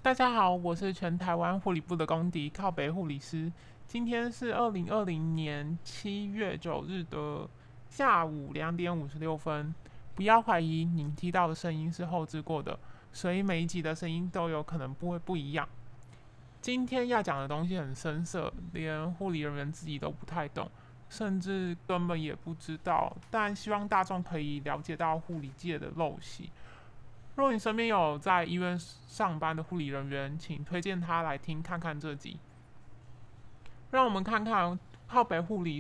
大家好，我是全台湾护理部的公敌靠北护理师。今天是2020年7月9日的下午2点56分。不要怀疑您听到的声音是后置过的，所以每一集的声音都有可能不一样。今天要讲的东西很深涩，连护理人员自己都不太懂，甚至根本也不知道。但希望大众可以了解到护理界的陋习。若你身边有在医院上班的护理人员，请推荐他来听看看这集。让我们看看靠北护理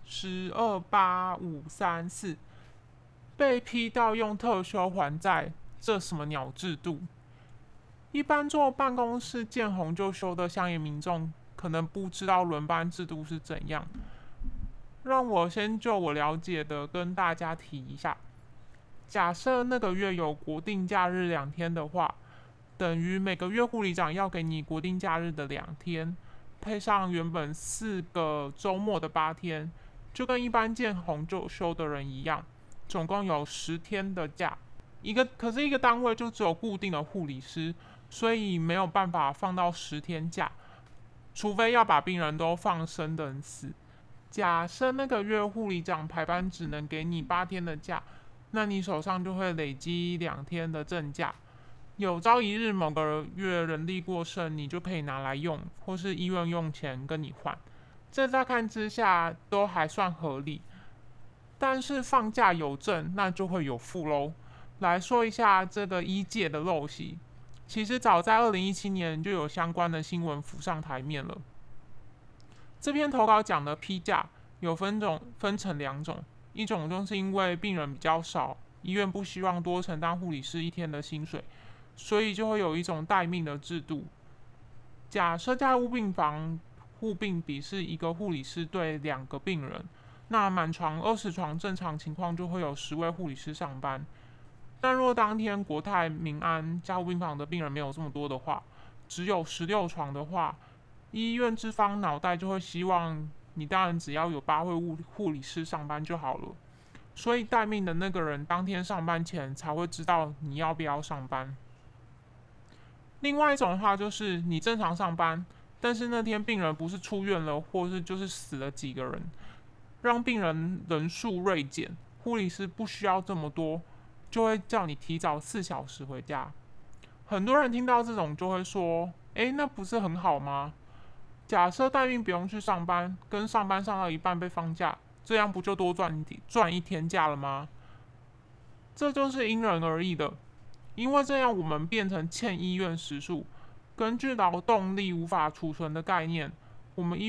1285534被批到用特休还债，这什么鸟制度？一般坐办公室见红就休的乡野民众，可能不知道轮班制度是怎样。让我先就我了解的跟大家提一下。假设那个月有国定假日2天的话，等于每个月护理长要给你国定假日的2天，配上原本4个周末的8天，就跟一般见红就休的人一样，总共有10天的假。可是一个单位就只有固定的护理师，所以没有办法放到10天假，除非要把病人都放生等死。假设那个月护理长排班只能给你8天的假，那你手上就会累积2天的正假。有朝一日某个月人力过剩，你就可以拿来用，或是医院用钱跟你换。这乍看之下都还算合理，但是放假有正，那就会有负喽。来说一下这个医界的陋习，其实早在2017年就有相关的新闻浮上台面了。这篇投稿讲的批假有分成2种，一种就是因为病人比较少，医院不希望多承担护理师1天的薪水，所以就会有一种待命的制度。假设加护病房护病比是一个护理师对2个病人，那满床20床正常情况就会有10位护理师上班。但若当天国泰民安加护病房的病人没有这么多的话，只有16床的话，医院之方脑袋就会希望你当然只要有8位护理师上班就好了。所以待命的那个人当天上班前才会知道你要不要上班。另外一种的话就是你正常上班，但是那天病人不是出院了，或是就是死了几个人，让病人人数锐减，护理师不需要这么多，就会叫你提早4小时回家。很多人听到这种就会说，那不是很好吗？假设待命不用去上班，跟上班上到一半被放假，这样不就多赚1天假了吗？这就是因人而异的，因为这样我们变成欠医院时数。根据劳动力无法储存的概念，我们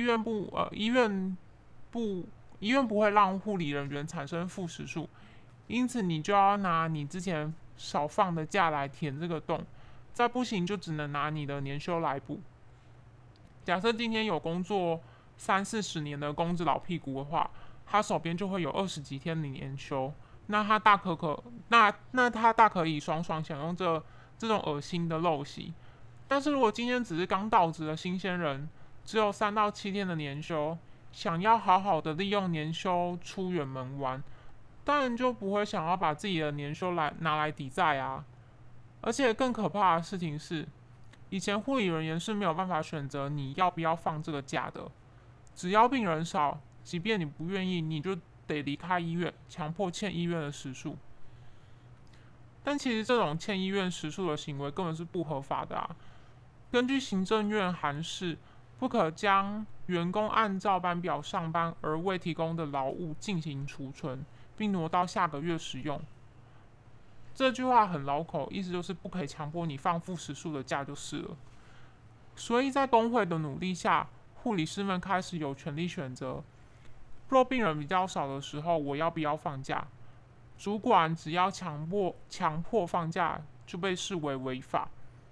医院不会让护理人员产生负时数，因此你就要拿你之前少放的假来填这个洞，再不行就只能拿你的年休来补。假设今天有工作30-40年的公职老屁股的话，他手边就会有20几天的年休，那他大可以爽爽享用这种恶心的陋习。但是如果今天只是刚到职的新鲜人，只有3到7天的年休，想要好好的利用年休出远门玩，当然就不会想要把自己的年休拿来抵债啊。而且更可怕的事情是，以前护理人员是没有办法选择你要不要放这个假的，只要病人少，即便你不愿意，你就得离开医院，强迫欠医院的时数。但其实这种欠医院时数的行为根本是不合法的啊！根据行政院函释，不可将员工按照班表上班而未提供的劳务进行储存，并挪到下个月使用。这句话很老口，意思就是不可以强迫你放负时数的假就是了。所以在工会的努力下，护理师们开始有权利选择，若病人比较少的时候，我要不要放假？主管只要强迫放假，就被视为违法。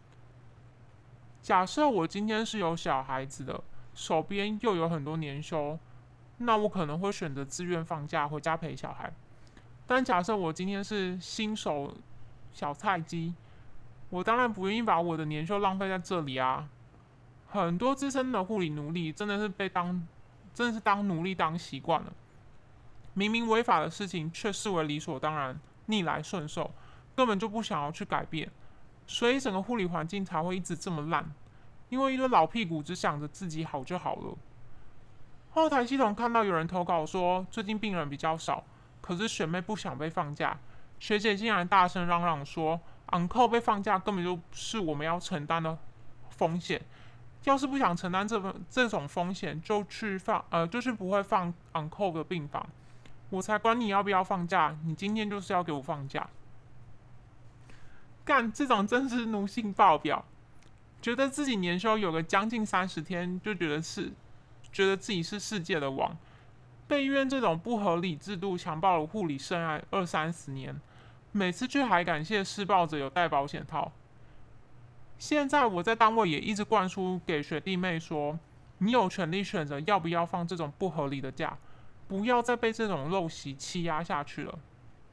假设我今天是有小孩子的，手边又有很多年休，那我可能会选择自愿放假回家陪小孩。但假设我今天是新手小菜鸡，我当然不愿意把我的年休浪费在这里啊。很多资深的护理奴隶真的是当奴隶当习惯了，明明违法的事情却视为理所当然，逆来顺受，根本就不想要去改变。 所以整个护理环境才会一直这么烂。因为一堆老屁股只想着自己好就好了。后台系统看到有人投稿说最近病人比较少，可是学妹不想被放假，学姐竟然大声嚷嚷说 ，uncle 被放假根本就是我们要承担的风险。要是不想承担这种风险，就是不会放 uncle 的病房。我才管你要不要放假，你今天就是要给我放假。干这种真是奴性爆表，觉得自己年休有个将近30天，就觉得自己是世界的王。被医院这种不合理制度强暴了护理生涯20-30年，每次却还感谢施暴者有带保险套。现在我在单位也一直灌输给学弟妹说，你有权利选择要不要放这种不合理的假，不要再被这种陋习欺压下去了。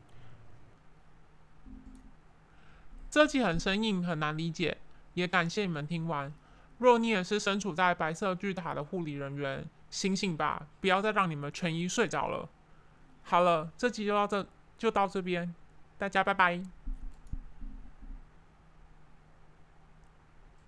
这集很生硬，很难理解，也感谢你们听完。若你也是身处在白色巨塔的护理人员，醒醒吧，不要再让你们全医睡着了。好了，这集就到这边，大家拜拜。